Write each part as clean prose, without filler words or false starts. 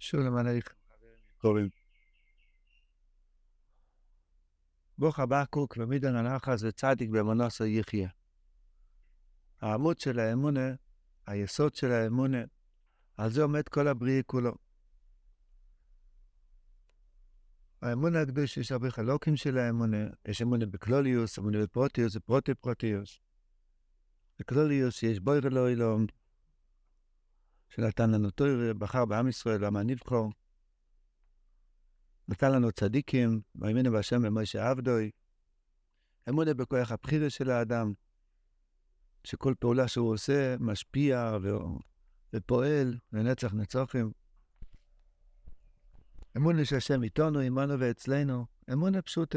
שולם עליכם, חברים יקרים. ברוך חבקוק ומידן הנחס וצדיק במנוסו יחיה. העמוד של האמונה, היסוד של האמונה, על זה עומד כל הבריאה כולו. האמונה הקדוש, יש הרבה חלוקים של האמונה, יש אמונה בקלוליוס, אמונה בפרוטיוס ופרוטי פרוטיוס. בקלוליוס יש בויר אלוהים, שנתן לנו תורה, בחר בעם ישראל, למה נבחר. נתן לנו צדיקים, מאמינו בהשם במשה עבדוי. אמונה בכוח הבחירה של האדם, שכל פעולה שהוא עושה משפיע ופועל לנצח נצחים. אמונה שהשם איתנו, עמנו ואצלנו, אמונה פשוטה.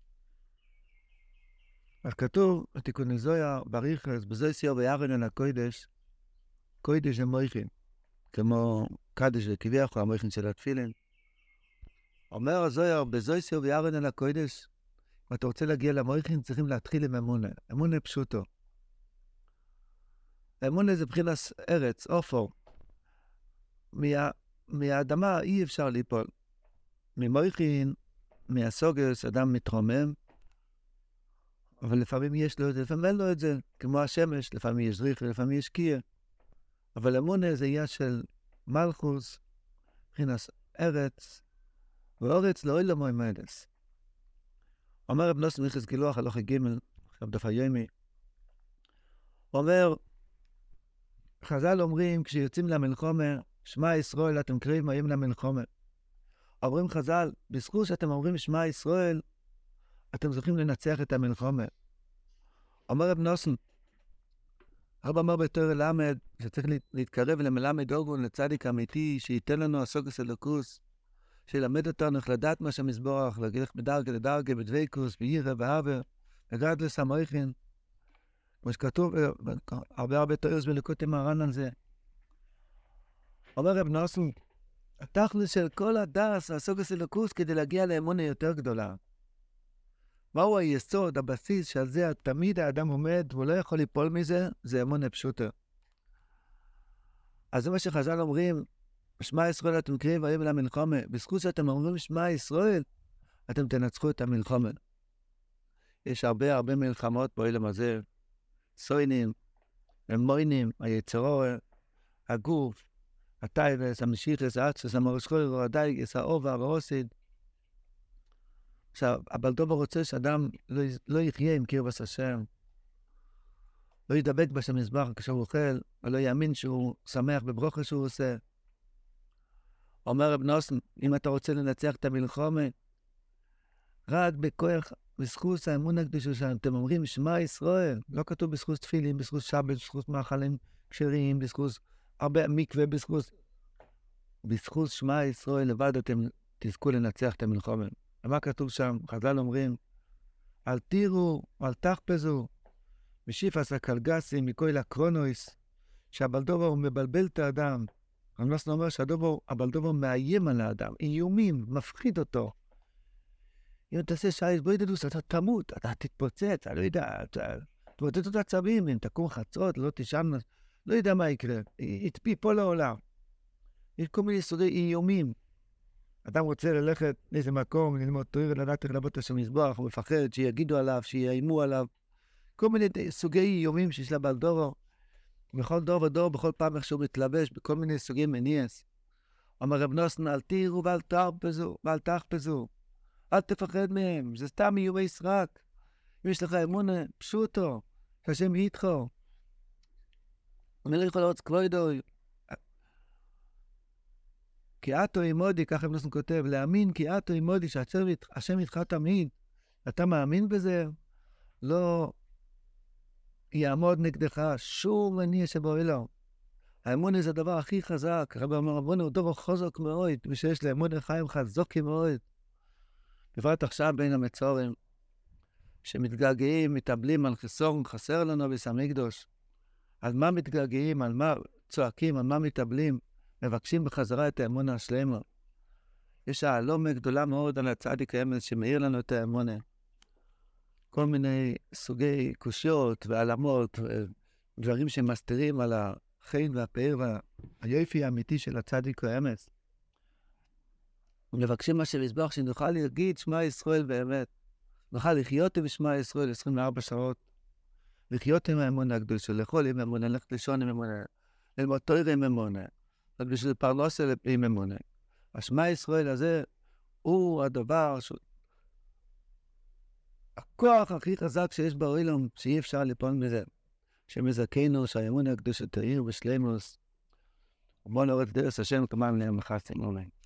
אז כתוב בתיקוני זוהר, בריחס, בזויסיר וירנן הקודש, קודש זה מויכין, כמו קדש וכביכול, המויכין של התפילין. אומר הזוהר, בזויסיר וירנן הקודש, אם אתה רוצה להגיע למויכין, צריכים להתחיל עם אמונה. אמונה פשוטו. אמונה זה בחינת ארץ, אופור. מהאדמה אי אפשר ליפול. ממויכין, מהסוגס, אדם מתרומם, אבל לפעמים יש לו את זה, לפעמים אין לו את זה, כמו השמש, לפעמים יש זריח, לפעמים יש קיה. אבל אמונה זה עניין של מלכוס, מבחינת ארץ, ואורץ לא אילו מוי מדס. אומר רב נוסן מיכס גילוח, הלוכי ג' עכשיו דף היומי, אומר, חז"ל אומרים, כשיוצאים למלחמה, שמע ישראל, אתם קריב מאים למלחמה. אומרים חז"ל, בזכות שאתם אומרים שמע ישראל, אתם זוכים לנצח את המלחמה. אומר רב נוסן, הרב אמר בתורה למד, שצריך להתקרב למלמד אורגון לצדיק אמיתי, שייתן לנו הסוגס אלוקוס, שילמד אותנו איך לדעת מה שמסבורך, להגיד איך מדרגה לדרגה, בדוויקוס, בירא, באהבה, לגדלס המויכין, כמו שכתוב, הרבה תיאוריות בליקוטי מוהר"ן על זה. אומר רב נוסן, התכלס של כל הדס, הסוגס אלוקוס, כדי להגיע לאמונה יותר גדולה. מהו היסוד, הבסיס, שעל זה תמיד האדם עומד, והוא לא יכול ליפול מזה, זה אמונה פשוטה. אז זה מה שחז"ל אומרים, שמע ישראל אתם קריב ויהי למלחמה, בזכות שאתם אומרים שמע ישראל, אתם תנצחו את המלחמה. יש הרבה מלחמות בעולם הזה, סוינים, המוינים, היצרו, הגוף, הטייבס, המשיחס, האצוס, המרשכוי, הדייגס, האובה, הרוסית. עכשיו, אבל טוב רוצה שאדם לא יחיה עם קרבס השם, לא ידבק בשם מזבח כשהוא אוכל, ולא יאמין שהוא שמח בברוכה שהוא עושה. אומר רב נוסן, אם אתה רוצה לנצח את המלחמה, רק בכוח, בזכות האמון הקדוש שלנו, אתם אומרים שמע ישראל, לא כתוב בזכות תפילין, בזכות שבת, בזכות מאכלים כשרים, בזכות הרבה מקווה, בזכות שמע ישראל לבד אתם תזכו לנצח את המלחמה. ומה כתוב שם? חז"ל אומרים, אל תירו, אל תחפזו, משיפס הקלגסים, מכל הקרונויס, שהבלדובר הוא מבלבל את האדם. המלוסן אומר שהבלדובר מאיים על האדם, איומים, מפחיד אותו. אם תעשה שייס בוידדוס, אתה תמות, אתה תתפוצץ, אני לא יודע, תמוטט את העצבים, אם תקום חצרות, לא תשם, לא יודע מה יקרה, יתפי פה לעולם. יש כל מיני סוגי איומים. אדם רוצה ללכת לאיזה מקום, ללמוד תורה, לדעת איך לעבוד את השם מזבח, הוא מפחד שיגידו עליו, שיאיימו עליו. כל מיני סוגי איומים שיש לבלדובר. בכל דור ודור, בכל פעם איך שהוא מתלבש, בכל מיני סוגי מניאס. אומר רב נוסן, אל תירו ואל תרפזו, ואל תחפזו. אל תפחד מהם, זה סתם איומי סרק. אם יש לך אמונה פשוטו, שהשם איתכו. מלך חלוץ כבודוי. כי אתו עמודי, ככה רב נוסן כותב, להאמין כי אתו עמודי, שהשם איתך תמיד. אתה מאמין בזה? לא יעמוד נגדך שום מניע שבעולם. האמונה זה הדבר הכי חזק. הרב אומר, אמונה הוא דבר חזק מאוד, ושיש לאמונה חיים חזקים מאוד. בפרט עכשיו בין המצורים, שמתגעגעים, מתאבלים על חסר לנו ביס המקדוש. על מה מתגעגעים, על מה צועקים, על מה מתאבלים, מבקשים בחזרה את האמונה השלמה. יש העלומה גדולה מאוד על הצדיק האמס שמאיר לנו את האמונה. כל מיני סוגי קושיות ועלמות, דברים שמסתירים על החיים והפאר והיופי האמיתי של הצדיק האמס. מבקשים מה שמזבח, שנוכל להגיד שמע ישראל באמת. נוכל לחיות עם שמע ישראל 24 שעות. לחיות עם האמונה הקדושה, לאכול עם אמונה, ללכת לישון עם אמונה, ללמוד תורה עם אמונה, רק בשביל פרנסה עם אמונה. השמע ישראל הזה הוא הדבר, הכוח הכי חזק שיש בעולם, שאי אפשר ליפול מזה. שמזכנו שהאמונה הקדושה תאיר בשלמוס. בוא נראה את דרס השם כמובן להם מחסים. אמן.